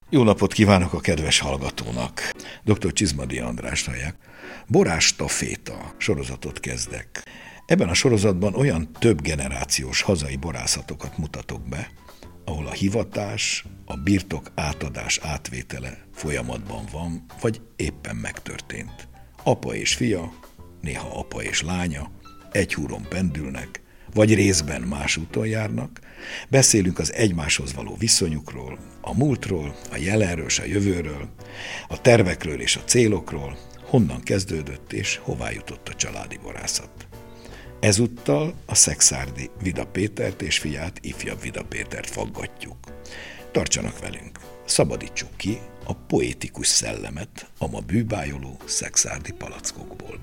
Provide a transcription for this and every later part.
Jó napot kívánok a kedves hallgatónak! Dr. Csizmadi Andrást hallják. Borás staféta sorozatot kezdek. Ebben a sorozatban olyan több generációs hazai borászatokat mutatok be, ahol a hivatás, a birtok átadás átvétele folyamatban van, vagy éppen megtörtént. Apa és fia, néha apa és lánya, egy húron pendülnek, vagy részben más úton járnak. Beszélünk az egymáshoz való viszonyukról, a múltról, a jelenről és a jövőről, a tervekről és a célokról, honnan kezdődött és hová jutott a családi borászat. Ezúttal a szekszárdi Vida Pétert és fiát, ifjabb Vida Pétert faggatjuk. Tartsanak velünk, szabadítsuk ki a poétikus szellemet a ma bűbájoló szekszárdi palackokból.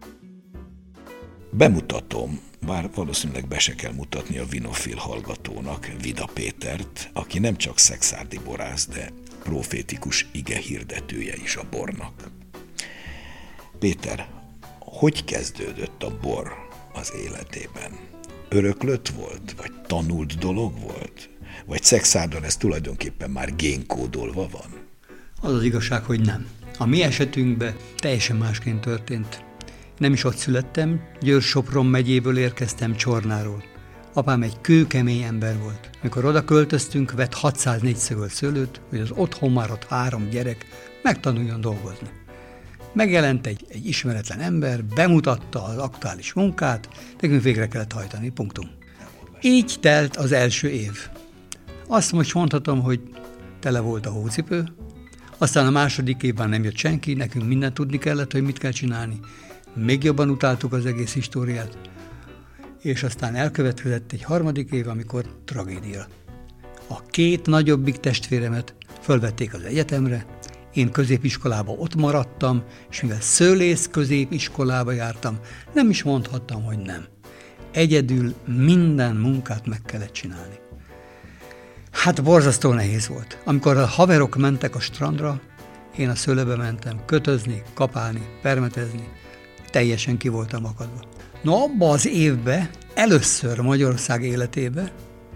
Bemutatom, bár valószínűleg be se kell mutatni a vinofil hallgatónak, Vida Pétert, aki nem csak szekszárdi borász, de profétikus ige hirdetője is a bornak. Péter, hogy kezdődött a bor az életében? Öröklött volt, vagy tanult dolog volt? Vagy Szekszárdon ez tulajdonképpen már génkódolva van? Az az igazság, hogy nem. A mi esetünkben teljesen másként történt. Nem is ott születtem, Győr-Sopron megyéből érkeztem, Csornáról. Apám egy kőkemény ember volt. Mikor oda költöztünk, vett 604 szögölt szőlőt, hogy az otthon máradt 3 gyerek megtanuljon dolgozni. Megjelent egy ismeretlen ember, bemutatta az aktuális munkát, nekünk végre kellett hajtani, punktum. Így telt az első év. Azt most mondhatom, hogy tele volt a hócipő, aztán a második évben nem jött senki, nekünk mindent tudni kellett, hogy mit kell csinálni. Még jobban utáltuk az egész históriát, és aztán elkövetkezett egy harmadik év, amikor tragédia. A 2 nagyobbik testvéremet fölvették az egyetemre, én középiskolába ott maradtam, és mivel szőlész középiskolába jártam, nem is mondhattam, hogy nem. Egyedül minden munkát meg kellett csinálni. Hát borzasztó nehéz volt. Amikor a haverok mentek a strandra, én a szőlőbe mentem kötözni, kapálni, permetezni, teljesen ki voltam akadva. No, abban az évben először Magyarország életébe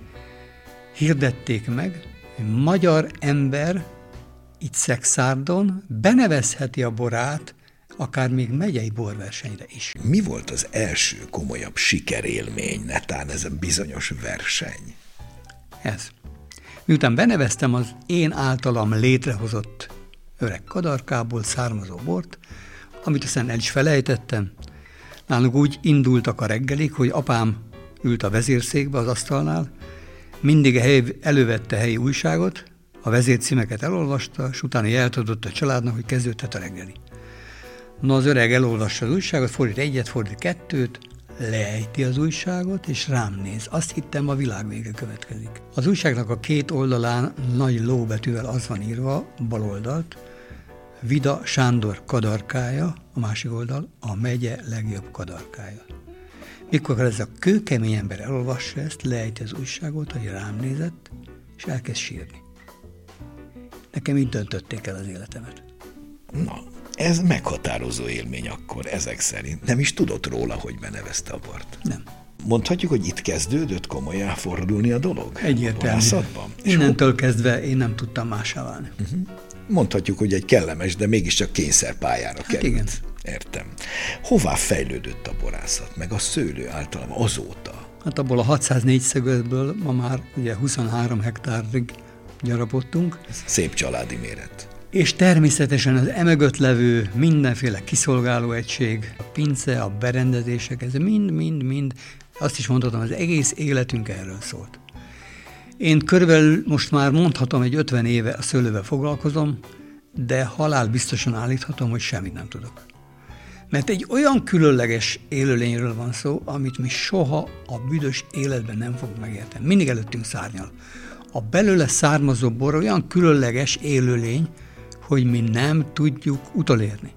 hirdették meg, hogy magyar ember itt Szekszárdon benevezheti a borát, akár még megyei borversenyre is. Mi volt az első komolyabb sikerélmény, netán ez a bizonyos verseny? Ez. Miután beneveztem az én általam létrehozott öreg kadarkából származó bort, amit aztán el is felejtettem. Nálunk úgy indultak a reggelik, hogy apám ült a vezérszékbe az asztalnál, mindig elővette helyi újságot, a vezércímeket elolvasta, és utána jelentett a családnak, hogy kezdődhet a reggeli. Na, az öreg elolvassa az újságot, fordít 1, fordít 2, leejti az újságot, és rám néz. Azt hittem, a világ vége következik. Az újságnak a 2 oldalán nagy lóbetűvel az van írva, bal oldalt, Vida Sándor kadarkája, a másik oldal, a megye legjobb kadarkája. Mikor ez a kőkemény ember elolvassa ezt, leejti az újságot, hogy rám nézett, és elkezd sírni. Nekem így döntötték el az életemet. Na, ez meghatározó élmény akkor, ezek szerint. Nem is tudott róla, hogy benevezte a bort? Nem. Mondhatjuk, hogy itt kezdődött komolyan fordulni a dolog? Egyértelmű. Innentől kezdve én nem tudtam mássá válni. Mondhatjuk, hogy egy kellemes, de mégiscsak kényszerpályára került. Igen. Értem. Hová fejlődött a borászat, meg a szőlő általában azóta? Hát abból a 604 szögötből ma már ugye 23 hektárig gyarapodtunk. Szép családi méret. És természetesen az emögött levő mindenféle kiszolgáló egység, a pince, a berendezések, ez mind, azt is mondhatom, az egész életünk erről szólt. Én körülbelül most már mondhatom, egy 50 éve a szőlővel foglalkozom, de halálbiztosan állíthatom, hogy semmit nem tudok. Mert egy olyan különleges élőlényről van szó, amit mi soha a büdös életben nem fogunk megérteni. Mindig előttünk szárnyal. A belőle származó bor olyan különleges élőlény, hogy mi nem tudjuk utolérni.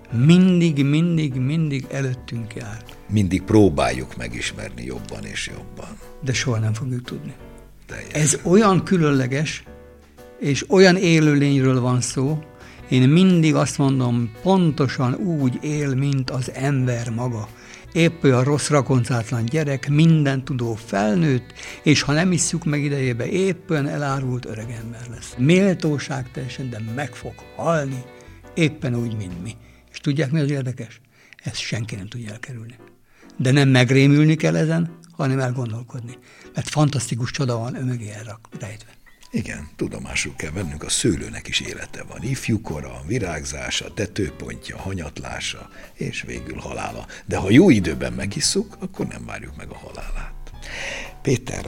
Mindig előttünk jár. Mindig próbáljuk megismerni jobban és jobban. De soha nem fogjuk tudni. Teljesen. Ez olyan különleges, és olyan élőlényről van szó, én mindig azt mondom, pontosan úgy él, mint az ember maga. épp olyan rossz rakoncátlan gyerek, minden tudó felnőtt, és ha nem isszuk meg idejébe, épp olyan elárult öregember lesz. Méltóság teljesen, de meg fog halni, éppen úgy, mint mi. És tudják, mi az érdekes? Ezt senki nem tudja elkerülni. De nem megrémülni kell ezen, hanem elgondolkodni. Mert fantasztikus csoda van mögé rejtve. Igen, tudomásul kell vennünk, a szőlőnek is élete van. Ifjúkora, virágzása, tetőpontja, hanyatlása, és végül halála. De ha jó időben megisszuk, akkor nem várjuk meg a halálát. Péter,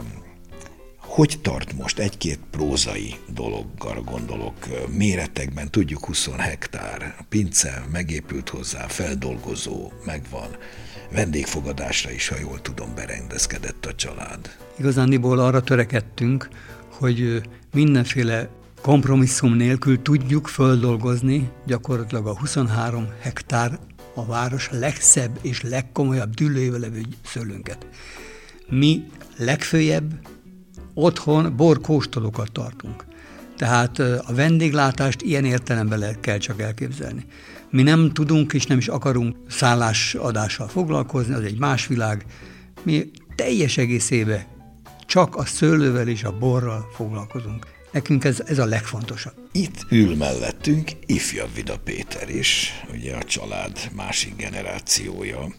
hogy tart most egy-két prózai dologgal gondolok, méretekben tudjuk 20 hektár, a pince megépült hozzá, feldolgozó megvan, vendégfogadásra is, ha jól tudom, berendezkedett a család. Igazándiból arra törekedtünk, hogy mindenféle kompromisszum nélkül tudjuk földolgozni gyakorlatilag a 23 hektár a város legszebb és legkomolyabb dűlőjével levő szőlőnket. Mi legfőjebb otthon borkóstolókat tartunk. Tehát a vendéglátást ilyen értelemben kell csak elképzelni. Mi nem tudunk és nem is akarunk szállásadással foglalkozni, az egy más világ. Mi teljes egészében csak a szőlővel és a borral foglalkozunk. Nekünk ez a legfontosabb. Itt ül mellettünk ifjabb Vida Péter is, ugye a család másik generációja.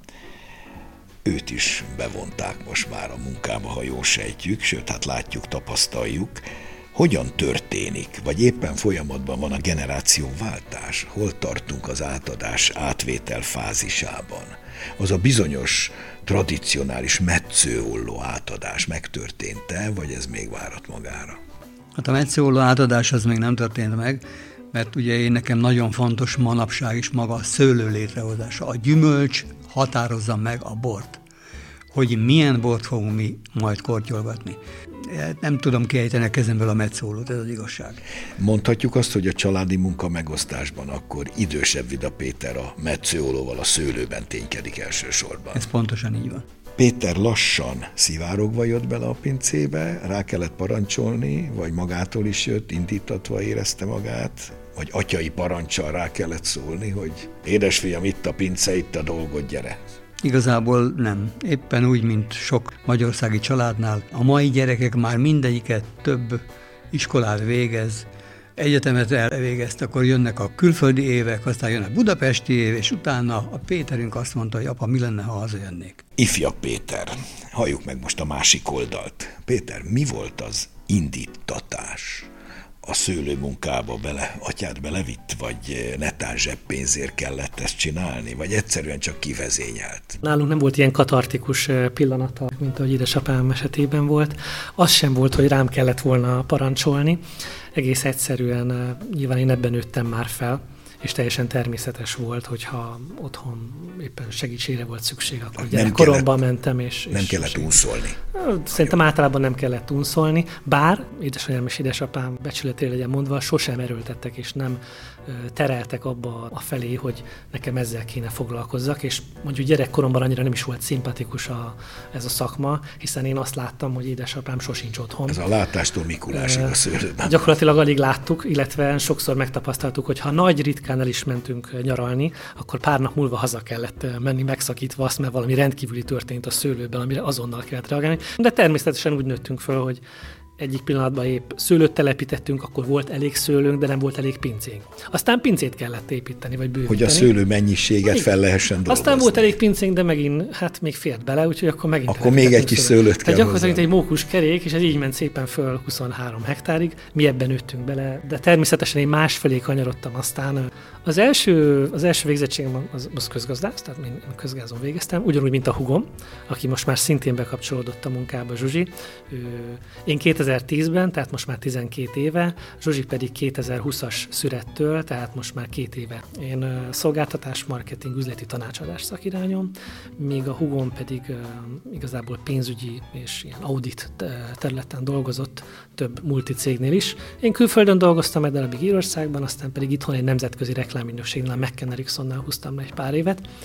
Őt is bevonták most már a munkába, ha jól sejtjük, sőt, hát látjuk, tapasztaljuk. Hogyan történik, vagy éppen folyamatban van a generációváltás? Hol tartunk az átadás, átvétel fázisában? Az a bizonyos, tradicionális metszőolló átadás megtörtént-e, vagy ez még várat magára? Hát a metszőolló átadás az még nem történt meg, mert ugye nekem nagyon fontos manapság is maga a szőlő létrehozása. A gyümölcs határozza meg a bort, hogy milyen bort fogunk mi majd kortyolgatni. Nem tudom kiejteni a kezemből a metszólót, ez az igazság. Mondhatjuk azt, hogy a családi munka megosztásban akkor idősebb Vida Péter a metszőollóval a szőlőben ténykedik elsősorban. Ez pontosan így van. Péter lassan szivárogva jött bele a pincébe, rá kellett parancsolni, vagy magától is jött, indítatva érezte magát, vagy atyai parancsal rá kellett szólni, hogy édesfiam, itt a pince, itt a dolgod, gyere. Igazából nem. Éppen úgy, mint sok magyarországi családnál. A mai gyerekek már mindegyiket több iskolát végez, egyetemet elvégezt, akkor jönnek a külföldi évek, aztán jön a budapesti év, és utána a Péterünk azt mondta, hogy apa, mi lenne, ha hazajönnék. Ifjabb Péter, halljuk meg most a másik oldalt. Péter, mi volt az indítatás? A szőlőmunkába atyád belevitt, vagy netán zseppénzért kellett ezt csinálni, vagy egyszerűen csak kivezényelt? Nálunk nem volt ilyen katartikus pillanata, mint ahogy édesapám esetében volt. Az sem volt, hogy rám kellett volna parancsolni. Egész egyszerűen nyilván én ebben nőttem már fel, és teljesen természetes volt, hogyha otthon éppen segítségre volt szükség, akkor gyerekkoromban mentem. Nem kellett unszolni. Szerintem általában nem kellett unszolni, bár édesanyám és édesapám becsületére legyen mondva, sosem erőltettek és nem tereltek abba a felé, hogy nekem ezzel kéne foglalkozzak, és mondjuk gyerekkoromban annyira nem is volt szimpatikus ez a szakma, hiszen én azt láttam, hogy édesapám sosincs otthon. Ez a látástól Mikulásig a szőlőben. Gyakorlatilag alig láttuk, illetve sokszor megtapasztaltuk, hogy ha nagy ritkán el is mentünk nyaralni, akkor pár nap múlva haza kellett menni megszakítva azt, mert valami rendkívüli történt a szőlőben, amire azonnal kellett reagálni. De természetesen úgy nőttünk föl, hogy egyik pillanatban épp szőlőt telepítettünk, akkor volt elég szőlőnk, de nem volt elég pincénk. Aztán pincét kellett építeni, vagy bővíteni. Hogy a szőlő mennyiséget fel lehessen dolgozni. Aztán volt elég pincénk, de megint még fért bele, úgyhogy akkor megint... Akkor még egy kis szőlőt kell. Tehát gyakorlatilag egy mókus kerék, és ez így ment szépen föl 23 hektárig. Mi ebben nőttünk bele, de természetesen én másfelé kanyarodtam aztán. Az első végzettségem az közgazdász, tehát én közgázon végeztem, ugyanúgy, mint a húgom, aki most már szintén bekapcsolódott a munkába, Zsuzsi. Én 2010-ben, tehát most már 12 éve, Zsuzsi pedig 2020-as szürettől, tehát most már 2 éve. Én szolgáltatás, marketing, üzleti tanácsadás szakirányom, míg a húgom pedig igazából pénzügyi és ilyen audit területen dolgozott több multicégnél is. Én külföldön dolgoztam egy darabig Írországban, aztán pedig itthon egy nemzetközi reklámügynökségnél, a McKenna Ericksonnál húztam le egy pár évet.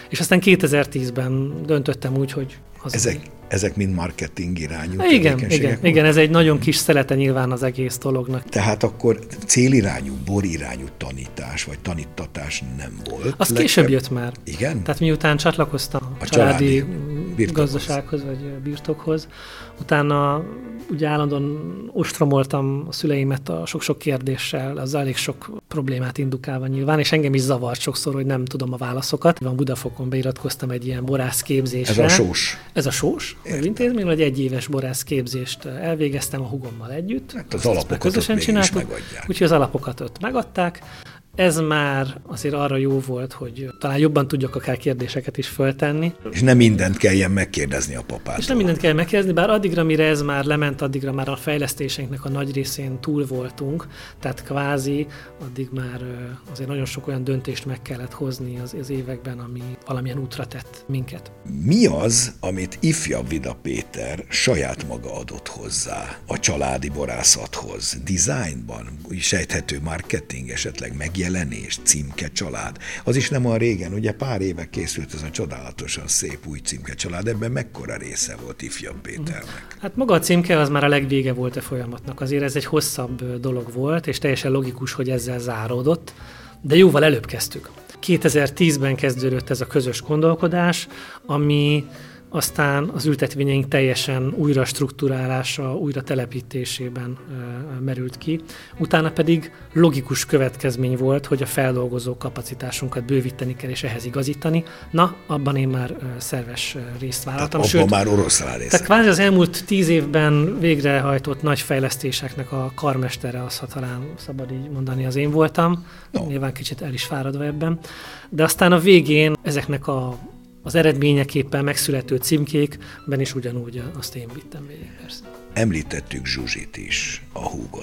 És aztán 2010-ben döntöttem úgy, hogy Ezek mind marketing irányú Igen, ez egy nagyon kis szelete nyilván az egész dolognak. Tehát akkor célirányú, borirányú tanítás vagy tanítatás nem volt. Az később jött már. Igen? Tehát miután csatlakoztam a családi gazdasághoz vagy birtokhoz, utána ugye állandóan ostromoltam a szüleimet a sok-sok kérdéssel, az elég sok problémát indukálva nyilván, és engem is zavart sokszor, hogy nem tudom a válaszokat. Van Budafokon beiratkoztam egy ilyen borászképzésre. Ez a sós intézmény, hogy 1 éves borászképzést elvégeztem a húgommal együtt. Hát az alapokat közösen csináltuk, úgyhogy az alapokat ott megadták. Ez már azért arra jó volt, hogy talán jobban tudjak akár kérdéseket is föltenni. És nem mindent kelljen megkérdezni a papától. És nem mindent kell megkérdezni, bár addigra, mire ez már lement, addigra már a fejlesztéseinknek a nagy részén túl voltunk, tehát kvázi addig már azért nagyon sok olyan döntést meg kellett hozni az években, ami valamilyen útra tett minket. Mi az, amit ifjabb Vida Péter saját maga adott hozzá a családi borászathoz? Designban, úgy sejthető marketing, esetleg megjelenés, címke család. Az is nem olyan régen, ugye pár éve készült ez a csodálatosan szép új címke család, ebben mekkora része volt ifjabb Péternek? Hát maga a címke az már a legvége volt a folyamatnak. Azért ez egy hosszabb dolog volt, és teljesen logikus, hogy ezzel záródott, de jóval előbb kezdtük. 2010-ben kezdődött ez a közös gondolkodás, ami aztán az ültetvényeink teljesen újra strukturálása, újra telepítésében merült ki. Utána pedig logikus következmény volt, hogy a feldolgozó kapacitásunkat bővíteni kell és ehhez igazítani. Na, abban én már szerves részt vállaltam. Tehát abban már oroszlán részt. Tehát kvázi az elmúlt 10 évben végrehajtott nagy fejlesztéseknek a karmestere, az, ha talán szabad így mondani, az én voltam. No. Nyilván kicsit el is fáradva ebben. De aztán a végén ezeknek az eredményeképpen megszülető címkékben is ugyanúgy azt én vittem végig, persze. Említettük Zsuzsit is, a húgot.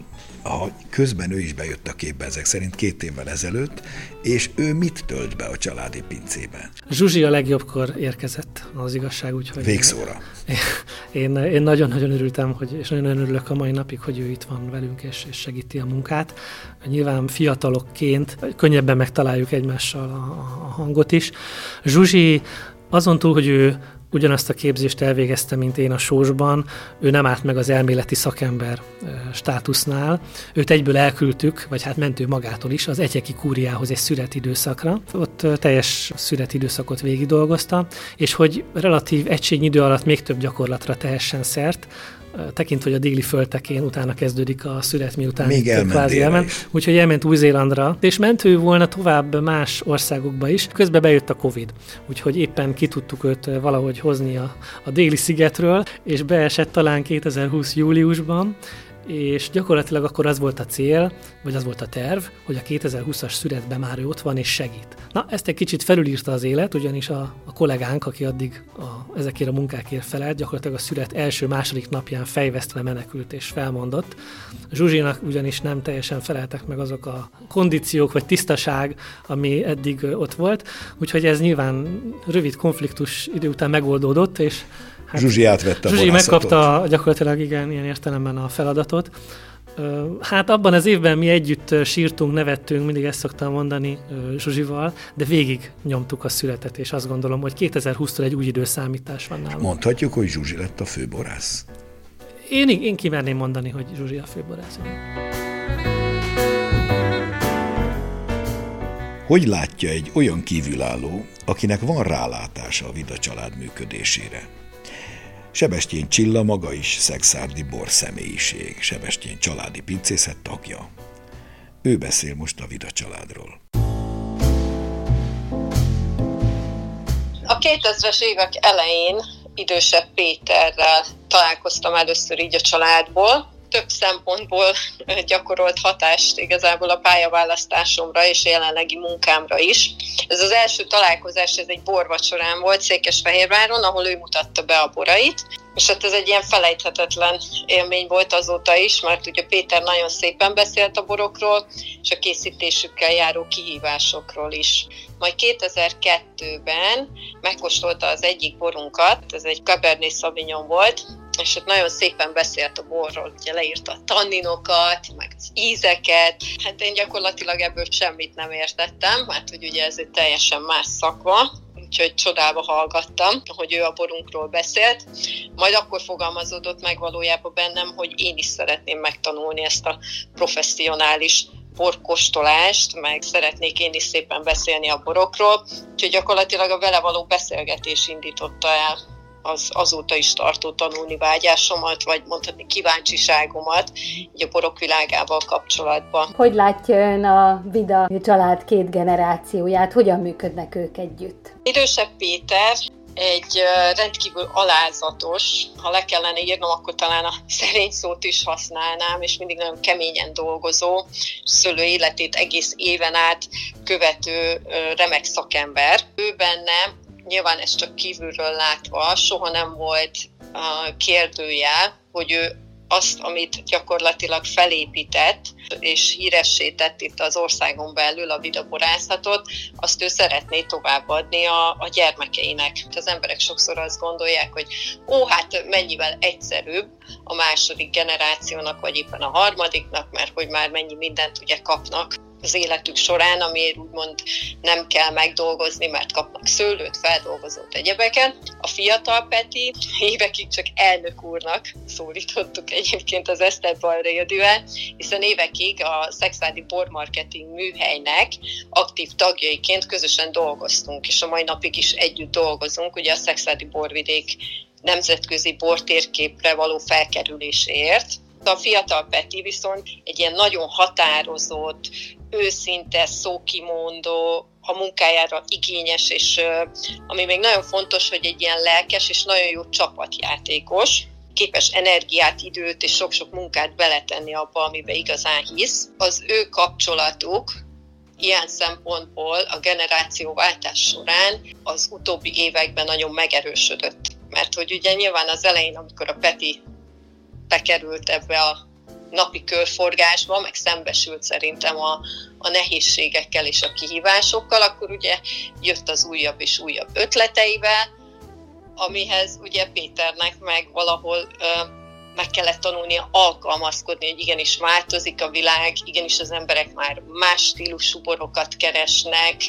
Közben ő is bejött a képbe ezek szerint 2 évvel ezelőtt, és ő mit tölt be a családi pincében? Zsuzsi a legjobbkor érkezett, az igazság, úgyhogy... Végszóra. Én nagyon-nagyon örültem, és nagyon örülök a mai napig, hogy ő itt van velünk, és segíti a munkát. Nyilván fiatalokként könnyebben megtaláljuk egymással a hangot is. Zsuzsi azon túl, hogy ő ugyanazt a képzést elvégezte, mint én a sósban, ő nem állt meg az elméleti szakember státusznál. Őt egyből elküldtük, vagy hát ment ő magától is, az Etyeki kúriához egy szüretidőszakra. Ott teljes szüretidőszakot végig dolgozta, és hogy relatív egységnyi idő alatt még több gyakorlatra tehessen szert, tekintve, hogy a déli földtekén utána kezdődik a szület, miután még elment. Úgyhogy elment Új-Zélandra, és mentő volna tovább más országokba is. Közben bejött a Covid, úgyhogy éppen ki tudtuk őt valahogy hozni a déli szigetről, és beesett talán 2020 júliusban, és gyakorlatilag akkor az volt a cél, vagy az volt a terv, hogy a 2020-as születben már ő ott van és segít. Na, ezt egy kicsit felülírta az élet, ugyanis a kollégánk, aki addig ezekért a munkákért felelt, gyakorlatilag a szület első-második napján fejvesztve menekült és felmondott. Zsuzsinak ugyanis nem teljesen feleltek meg azok a kondíciók vagy tisztaság, ami eddig ott volt, úgyhogy ez nyilván rövid konfliktus idő után megoldódott, és Zsuzsi átvette a Zsuzsi borászatot. megkapta gyakorlatilag ilyen értelemben a feladatot. Hát abban az évben mi együtt sírtunk, nevettünk, mindig ezt szoktam mondani Zsuzsival, de végig nyomtuk a születet, és azt gondolom, hogy 2020-tól egy új időszámítás van nálunk. Mondhatjuk, hogy Zsuzsi lett a főborász? Én kimerném mondani, hogy Zsuzsi a főborász. Hogy látja egy olyan kívülálló, akinek van rálátása a Vida család működésére? Sebestyén Csilla maga is szekszárdi borszemélyiség, Sebestyén családi pincészet tagja. Ő beszél most a Vida családról. A 2000-es évek elején idősebb Péterrel találkoztam először így a családból. Több szempontból gyakorolt hatást igazából a pályaválasztásomra és a jelenlegi munkámra is. Ez az első találkozás, ez egy borvacsorán volt Székesfehérváron, ahol ő mutatta be a borait, és hát ez egy ilyen felejthetetlen élmény volt azóta is, mert ugye Péter nagyon szépen beszélt a borokról, és a készítésükkel járó kihívásokról is. Majd 2002-ben megkóstolta az egyik borunkat, ez egy Cabernet Sauvignon volt, és hát nagyon szépen beszélt a borról, ugye leírta a tanninokat, meg az ízeket. Hát én gyakorlatilag ebből semmit nem értettem, mert hogy ugye ez egy teljesen más szakma. úgyhogy csodálva hallgattam, hogy ő a borunkról beszélt. Majd akkor fogalmazódott meg valójában bennem, hogy én is szeretném megtanulni ezt a professzionális borkóstolást, meg szeretnék én is szépen beszélni a borokról, úgyhogy gyakorlatilag a vele való beszélgetés indította el azóta is tartó tanulni vágyásomat, vagy mondhatni kíváncsiságomat így a borok világával kapcsolatban. Hogy látja ön a Vida család két generációját, hogyan működnek ők együtt? Idősebb Péter egy rendkívül alázatos, ha le kellene írnom, akkor talán a szerény szót is használnám, és mindig nagyon keményen dolgozó, szőlő életét egész éven át követő remek szakember. Ő benne, nyilván ezt csak kívülről látva, soha nem volt kérdőjel, hogy ő azt, amit gyakorlatilag felépített, és híressé tett itt az országon belül a Vida borászatot, azt ő szeretné továbbadni a gyermekeinek. Az emberek sokszor azt gondolják, hogy hát mennyivel egyszerűbb a második generációnak, vagy éppen a harmadiknak, mert hogy már mennyi mindent ugye kapnak az életük során, amiért úgymond nem kell megdolgozni, mert kapnak szőlőt, feldolgozott egyebeket. A fiatal Peti évekig csak elnök úrnak szólítottuk egyébként az Esztergom Rédivel, hiszen évekig a Szekszárdi Bormarketing műhelynek aktív tagjaiként közösen dolgoztunk, és a mai napig is együtt dolgozunk, ugye a Szekszárdi Borvidék nemzetközi bortérképre való felkerüléséért. A fiatal Peti viszont egy ilyen nagyon határozott, őszinte, szókimondó, a munkájára igényes, és ami még nagyon fontos, hogy egy ilyen lelkes és nagyon jó csapatjátékos, képes energiát, időt és sok-sok munkát beletenni abba, amiben igazán hisz. Az ő kapcsolatuk ilyen szempontból a generációváltás során az utóbbi években nagyon megerősödött. Mert hogy ugye nyilván az elején, amikor a Peti bekerült ebbe a napi körforgásba, meg szembesült szerintem a nehézségekkel és a kihívásokkal, akkor ugye jött az újabb és újabb ötleteivel, amihez ugye Péternek meg valahol meg kellett tanulnia alkalmazkodni, hogy igenis változik a világ, igenis az emberek már más stílusú borokat keresnek,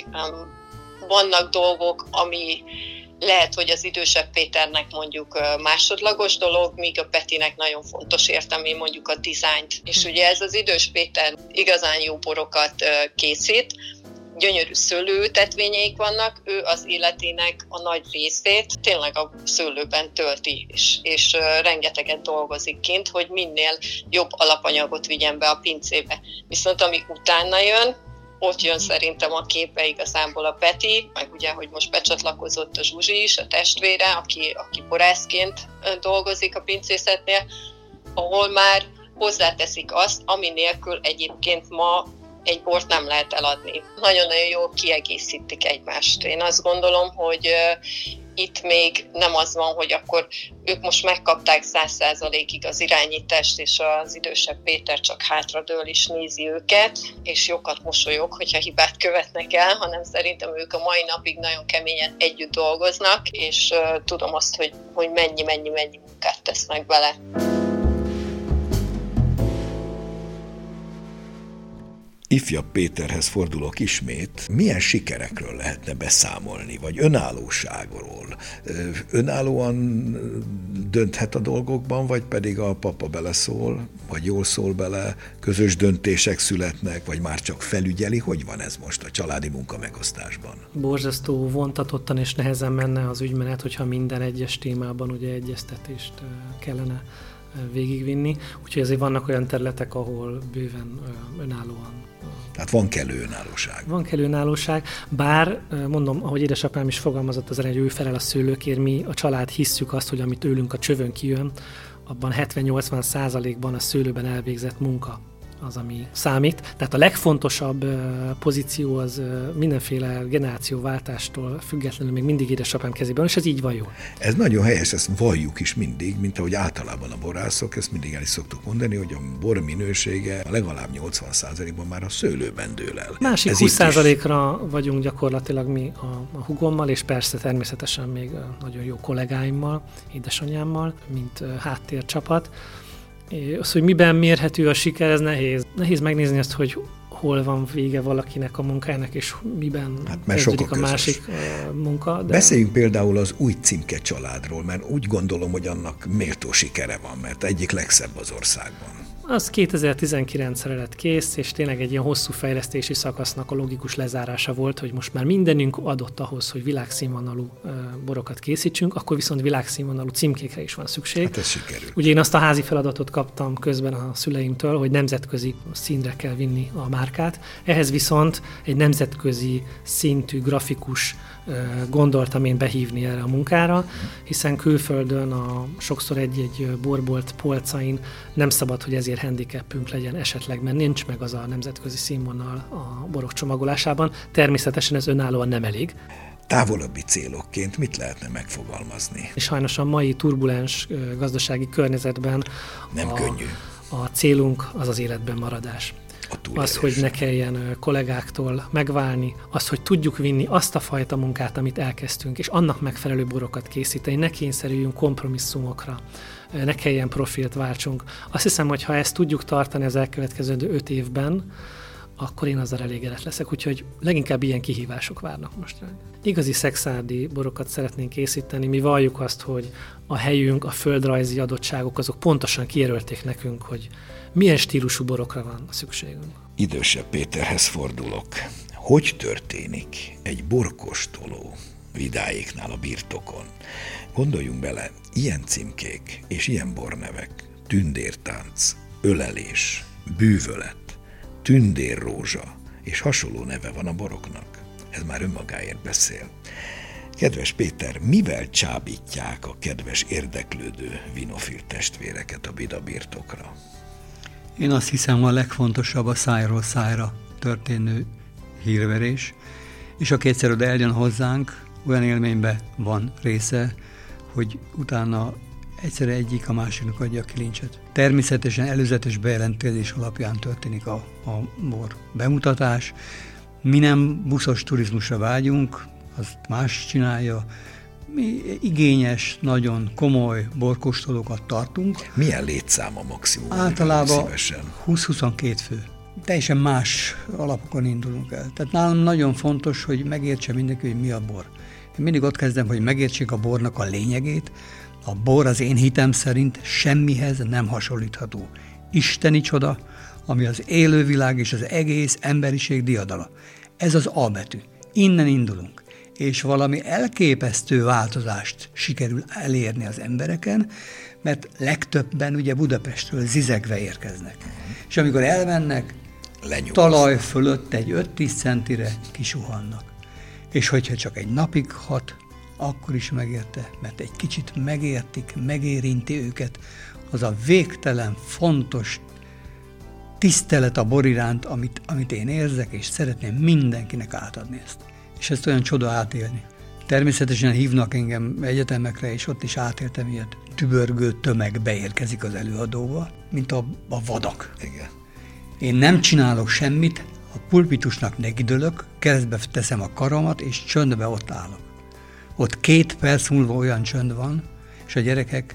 vannak dolgok, ami lehet, hogy az idősebb Péternek mondjuk másodlagos dolog, míg a Petinek nagyon fontos értelmé mondjuk a dizájnt. És ugye ez az idős Péter igazán jó borokat készít, gyönyörű szőlőültetvényeik vannak, ő az életének a nagy részét tényleg a szőlőben tölti, és rengeteget dolgozik kint, hogy minél jobb alapanyagot vigyen be a pincébe. Viszont ami utána jön, ott jön szerintem a képbe igazából a Peti, meg ugye, hogy most becsatlakozott a Zsuzsi is, a testvére, aki borászként dolgozik a pincészetnél, ahol már hozzáteszik azt, ami nélkül egyébként ma egy bort nem lehet eladni. Nagyon-nagyon jól kiegészítik egymást. Én azt gondolom, hogy itt még nem az van, hogy akkor ők most megkapták 100%-ig az irányítást, és az idősebb Péter csak hátradől is nézi őket, és jókat mosolyog, hogyha hibát követnek el, hanem szerintem ők a mai napig nagyon keményen együtt dolgoznak, és tudom azt, hogy mennyi munkát tesznek bele. Ifjabb Péterhez fordulok ismét. Milyen sikerekről lehetne beszámolni, vagy önállóságról? Önállóan dönthet a dolgokban, vagy pedig a papa beleszól, vagy jól szól bele, közös döntések születnek, vagy már csak felügyeli? Hogy van ez most a családi munka megosztásban? Borzasztó vontatottan és nehezen menne az ügymenet, hogyha minden egyes témában ugye egyeztetést kellene végigvinni. Úgyhogy azért vannak olyan területek, ahol bőven önállóan. Tehát van kellő önállóság. Van kellő önállóság, bár mondom, ahogy édesapám is fogalmazott az elején, hogy ő felel a szőlőkért, mi a család hisszük azt, hogy amit tőlünk a csövön kijön, abban 70-80%-ban a szőlőben elvégzett munka az, ami számít. Tehát a legfontosabb pozíció az mindenféle generációváltástól függetlenül még mindig édesapám kezében, és ez így van jól. Ez nagyon helyes, ezt valljuk is mindig, mint ahogy általában a borászok, ezt mindig el is szoktuk mondani, hogy a bor minősége legalább 80%-ban már a szőlőben dől el. Másik 20%-ra vagyunk gyakorlatilag mi a hugommal, és persze természetesen még nagyon jó kollégáimmal, édesanyámmal, mint háttércsapat. Az, hogy miben mérhető a siker, ez nehéz. Nehéz megnézni azt, hol van vége valakinek a munkájának, és miben mert kezdődik a másik munka. De... Beszéljünk például az új Címke családról, mert úgy gondolom, hogy annak méltó sikere van, mert egyik legszebb az országban. Az 2019-re lett kész, és tényleg egy ilyen hosszú fejlesztési szakasznak a logikus lezárása volt, hogy most már mindenünk adott ahhoz, hogy világszínvonalú borokat készítsünk, akkor viszont világszínvonalú címkékre is van szükség. Hát ez sikerül. Ugye én azt a házi feladatot kaptam közben a szüleimtől, hogy nemzetközi színre kell vinni a márkát. Ehhez viszont egy nemzetközi szintű grafikus gondoltam én behívni erre a munkára, hiszen külföldön sokszor egy borbolt polcain nem szabad, hogy ezért handicapünk legyen esetleg, mert nincs meg az a nemzetközi színvonal a borok csomagolásában. Természetesen ez önállóan nem elég. Távolabbi célokként mit lehetne megfogalmazni? Sajnos a mai turbulens gazdasági környezetben nem könnyű. A célunk az az életben maradás. Az, hogy ne kelljen kollégáktól megválni, az, hogy tudjuk vinni azt a fajta munkát, amit elkezdtünk, és annak megfelelő borokat készíteni, ne kényszerüljünk kompromisszumokra, ne kelljen profilt váltsunk. Azt hiszem, hogy ha ezt tudjuk tartani az elkövetkező 5 évben, akkor én azzal elégedett leszek, úgyhogy leginkább ilyen kihívások várnak most. Igazi szekszárdi borokat szeretnénk készíteni, mi valljuk azt, hogy a helyünk, a földrajzi adottságok, azok pontosan kijelölték nekünk, hogy milyen stílusú borokra van szükségünk. Idősebb Péterhez fordulok. Hogy történik egy borkóstoló Vidáéknál a birtokon? Gondoljunk bele, ilyen címkék és ilyen bornevek, tündértánc, ölelés, bűvölet, tündérrózsa és hasonló neve van a boroknak. Ez már önmagáért beszél. Kedves Péter, mivel csábítják a kedves érdeklődő vinofil testvéreket a Vida birtokra? Én azt hiszem, a legfontosabb a szájról szájra történő hírverés, és aki egyszer oda eljön hozzánk, olyan élményben van része, hogy utána egyszer egyik a másiknak adja a kilincset. Természetesen előzetes bejelentkezés alapján történik a bor bemutatás. Mi nem buszos turizmusra vágyunk, azt más csinálja. Mi igényes, nagyon komoly borkóstolókat tartunk. Milyen létszám a maximum? Általában 20-22 fő. Teljesen más alapokon indulunk el. Tehát nálam nagyon fontos, hogy megértse mindenki, hogy mi a bor. Én mindig ott kezdem, hogy megértsék a bornak a lényegét. A bor az én hitem szerint semmihez nem hasonlítható. Isteni csoda, ami az élővilág és az egész emberiség diadala. Ez az A betű. Innen indulunk. És valami elképesztő változást sikerül elérni az embereken, mert legtöbben ugye Budapestről zizegve érkeznek. És amikor elmennek, talaj fölött egy 5-10 centire kisuhannak. És hogyha csak egy napig hat, akkor is megérte, mert egy kicsit megértik, megérinti őket az a végtelen, fontos tisztelet a bor iránt, amit én érzek, és szeretném mindenkinek átadni ezt. És ezt olyan csoda átélni. Természetesen hívnak engem egyetemekre, és ott is átéltem ilyet. Tübörgő tömeg beérkezik az előadóba, mint a vadak. Igen. Én nem csinálok semmit, a pulpitusnak negidőlök, keresztbe teszem a karomat, és csöndbe ott állok. Ott 2 perc múlva olyan csönd van, és a gyerekek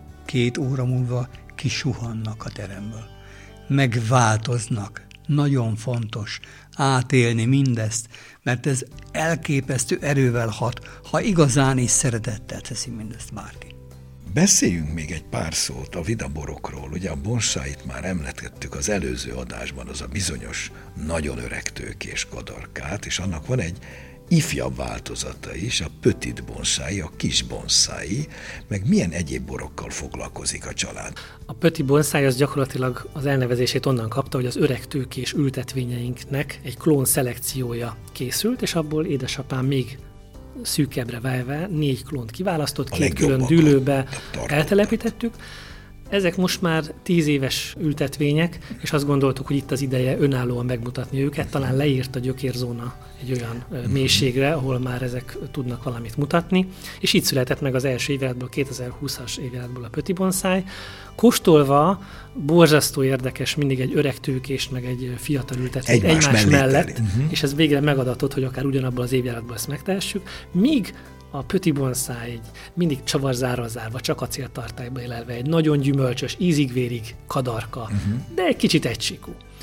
2 óra múlva kisuhannak a teremből. Megváltoznak. Nagyon fontos átélni mindezt, mert ez elképesztő erővel hat, ha igazán is szeretettel teszi mindezt bárki. Beszéljünk még egy pár szót a Vida borokról. Ugye a bonsáit már említettük az előző adásban, az a bizonyos nagyon öreg tőkés kadarkát, és annak van egy ifjabb változata is, a petit bonsai, a kis bonsai, meg milyen egyéb borokkal foglalkozik a család. A petit bonsai az gyakorlatilag az elnevezését onnan kapta, hogy az öreg tőkés ültetvényeinknek egy klón szelekciója készült, és abból édesapám még szűkebbre vájva 4 klónt kiválasztott, 2 külön dűlőbe eltelepítettük. Ezek most már 10 éves ültetvények, és azt gondoltuk, hogy itt az ideje önállóan megmutatni őket. Talán leírt a gyökérzóna egy olyan mélységre, ahol már ezek tudnak valamit mutatni. És így született meg az első évjáratból, 2020-as évjáratból a Petit Bonsai. Kóstolva borzasztó érdekes mindig egy öreg tőkés, meg egy fiatal ültetvény egymás mellett, és ez végre megadatott, hogy akár ugyanabban az évjáratban ezt megtehessük, míg a Petit Bonsai mindig csavarzárral zárva, csak acéltartályba élelve, egy nagyon gyümölcsös, ízig-vérig kadarka, de egy kicsit egysíkú.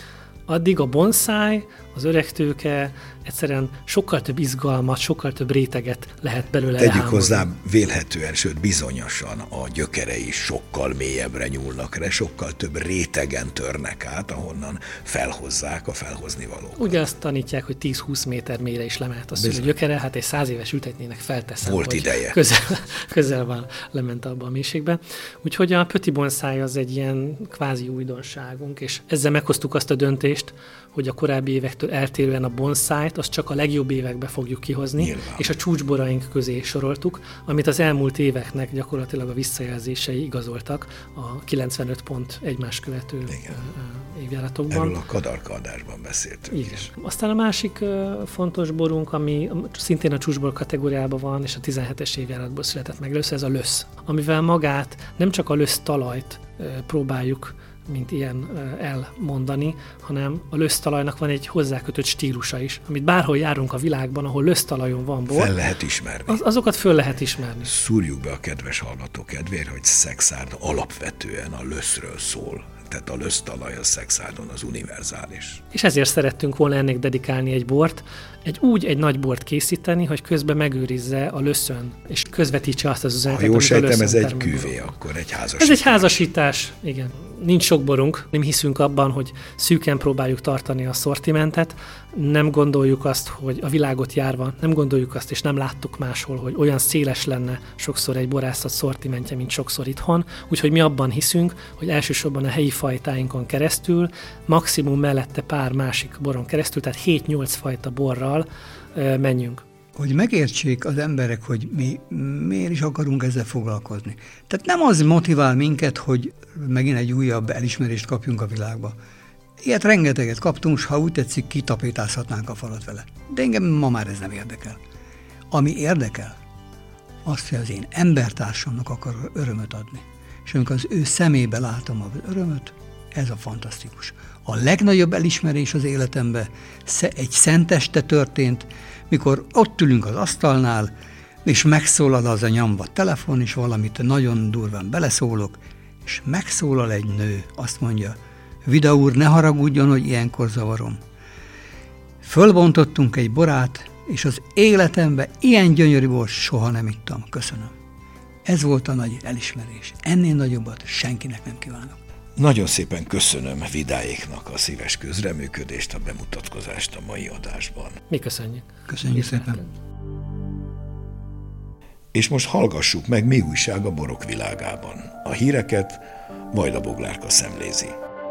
Addig a bonszáj, az öregtőke egyszerűen sokkal több izgalmat, sokkal több réteget lehet belőle Tegyük elhámozni. hozzá, vélhetően, sőt bizonyosan a gyökerei sokkal mélyebbre nyúlnak, sokkal több rétegen törnek át, ahonnan felhozzák a felhozni valókat. Ugye azt tanítják, hogy 10-20 méter mélyre is lement a szülő gyökere, hát egy 100 éves ültetnének felteszem, volt hogy ideje. Közel van, lement abba a mélységbe. Úgyhogy a petit bonszáj az egy ilyen kvázi újdonságunk, és ezzel meghoztuk azt a döntést, hogy a korábbi évektől eltérően a bonszájt azt csak a legjobb évekbe fogjuk kihozni, Nyilván. és a csúcsboraink közé soroltuk, amit az elmúlt éveknek gyakorlatilag a visszajelzései igazoltak a 95 pont egymás követő évjáratokban. Erről a Kadarka adásban beszéltünk. Igen. Aztán a másik fontos borunk, ami szintén a csúcsbor kategóriában van, és a 17-es évjáratból született meg először, ez a lösz, amivel magát nem csak a lösz talajt próbáljuk mint ilyen elmondani, hanem a lösztalajnak van egy hozzákötött stílusa is, amit bárhol járunk a világban, ahol lösztalajon van bor. Fel lehet ismerni. Azokat föl lehet ismerni. Szúrjuk be a kedves hallgató kedvéért, hogy Szekszárd alapvetően a löszről szól. Tehát a lösztalaj a Szekszárdon az univerzális. És ezért szerettünk volna ennek dedikálni egy bort, egy nagy bort készíteni, hogy közben megőrizze a löszön, és közvetítse azt az üzenetet, Ha jól sejtem, ez egy termel. küvé, akkor egy házasítás. Ez egy házasítás, igen. Nincs sok borunk, nem hiszünk abban, hogy szűken próbáljuk tartani a szortimentet, nem gondoljuk azt, hogy a világot járva, nem gondoljuk azt, és nem láttuk máshol, hogy olyan széles lenne sokszor egy borászat szortimentje, mint sokszor itthon, úgyhogy mi abban hiszünk, hogy elsősorban a helyi fajtáinkon keresztül, maximum mellette pár másik boron keresztül, tehát 7-8 fajta borral menjünk. Hogy megértsék az emberek, hogy mi miért is akarunk ezzel foglalkozni. Tehát nem az motivál minket, hogy megint egy újabb elismerést kapjunk a világba. Ilyet rengeteget kaptunk, és ha úgy tetszik, kitapétázhatnánk a falat vele. De engem ma már ez nem érdekel. Ami érdekel, azt, hogy az én embertársamnak akar örömöt adni. És amikor az ő szemébe látom az örömöt, ez a fantasztikus. A legnagyobb elismerés az életemben egy szenteste történt, mikor ott ülünk az asztalnál, és megszólal az a nyomva telefon, és valamit nagyon durván beleszólok, és megszólal egy nő, azt mondja, Vida úr, ne haragudjon, hogy ilyenkor zavarom. Fölbontottunk egy borát, és az életemben ilyen gyönyörű bort soha nem ittam. Köszönöm. Ez volt a nagy elismerés. Ennél nagyobbat senkinek nem kívánok. Nagyon szépen köszönöm Vidáéknak a szíves közreműködést, a bemutatkozást a mai adásban. Mi köszönjük. Köszönjük szépen. És most hallgassuk meg, mi újság a borok világában. A híreket Vajda Boglárka szemlézi.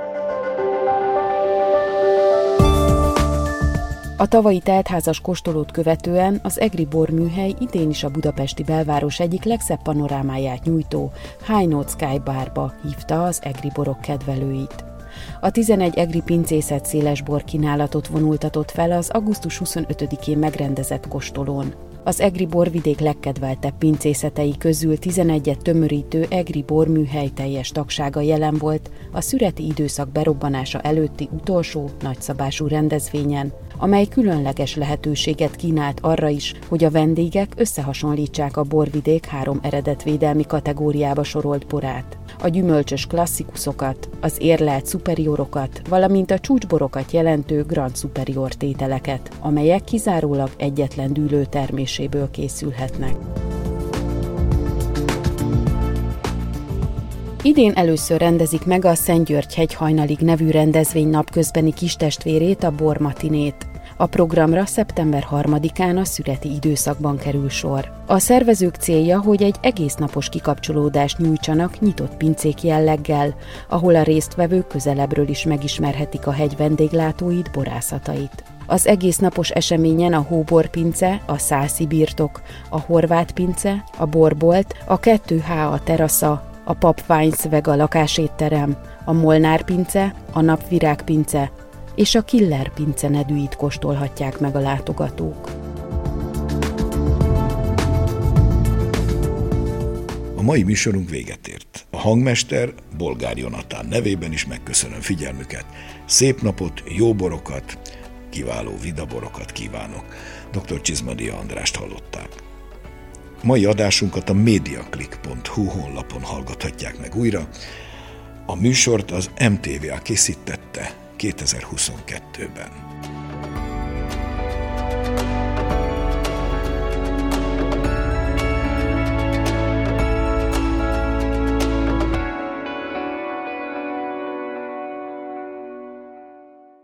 A tavalyi teltházas kóstolót követően az Egri borműhely idén is a budapesti belváros egyik legszebb panorámáját nyújtó High Note Sky Barba hívta az egri borok kedvelőit. A 11 egri pincészet széles borkínálatot vonultatott fel az augusztus 25-én megrendezett kóstolón. Az egri borvidék legkedveltebb pincészetei közül 11-et tömörítő egri borműhely teljes tagsága jelen volt a szüreti időszak berobbanása előtti utolsó nagyszabású rendezvényen, amely különleges lehetőséget kínált arra is, hogy a vendégek összehasonlítsák a borvidék 3 eredetvédelmi kategóriába sorolt borát. A gyümölcsös klasszikusokat, az érlelt superiorokat, valamint a csúcsborokat jelentő Grand Superior tételeket, amelyek kizárólag egyetlen dűlő terméséből készülhetnek. Idén először rendezik meg a Szentgyörgy hegyhajnalig nevű rendezvény napközbeni kistestvérét, a Bormatinét. A programra szeptember 3-án a szüreti időszakban kerül sor. A szervezők célja, hogy egy egész napos kikapcsolódást nyújtsanak nyitott pincék jelleggel, ahol a résztvevők közelebbről is megismerhetik a hegy vendéglátóit, borászatait. Az egész napos eseményen a Hóbor pince, a Szászi birtok, a Horváth pince, a Borbolt, a 2H a terasza, a Pap Wines Vega lakásétterem, a Molnár pince, a Napvirág pince és a Killer pince nedűit kóstolhatják meg a látogatók. A mai műsorunk véget ért. A hangmester Bolgár Jonatán nevében is megköszönöm figyelmüket. Szép napot, jó borokat, kiváló vidaborokat kívánok. Dr. Csizmadia Andrást hallották. Mai adásunkat a mediaclick.hu honlapon hallgathatják meg újra. A műsort az MTVA készítette, 2022-ben.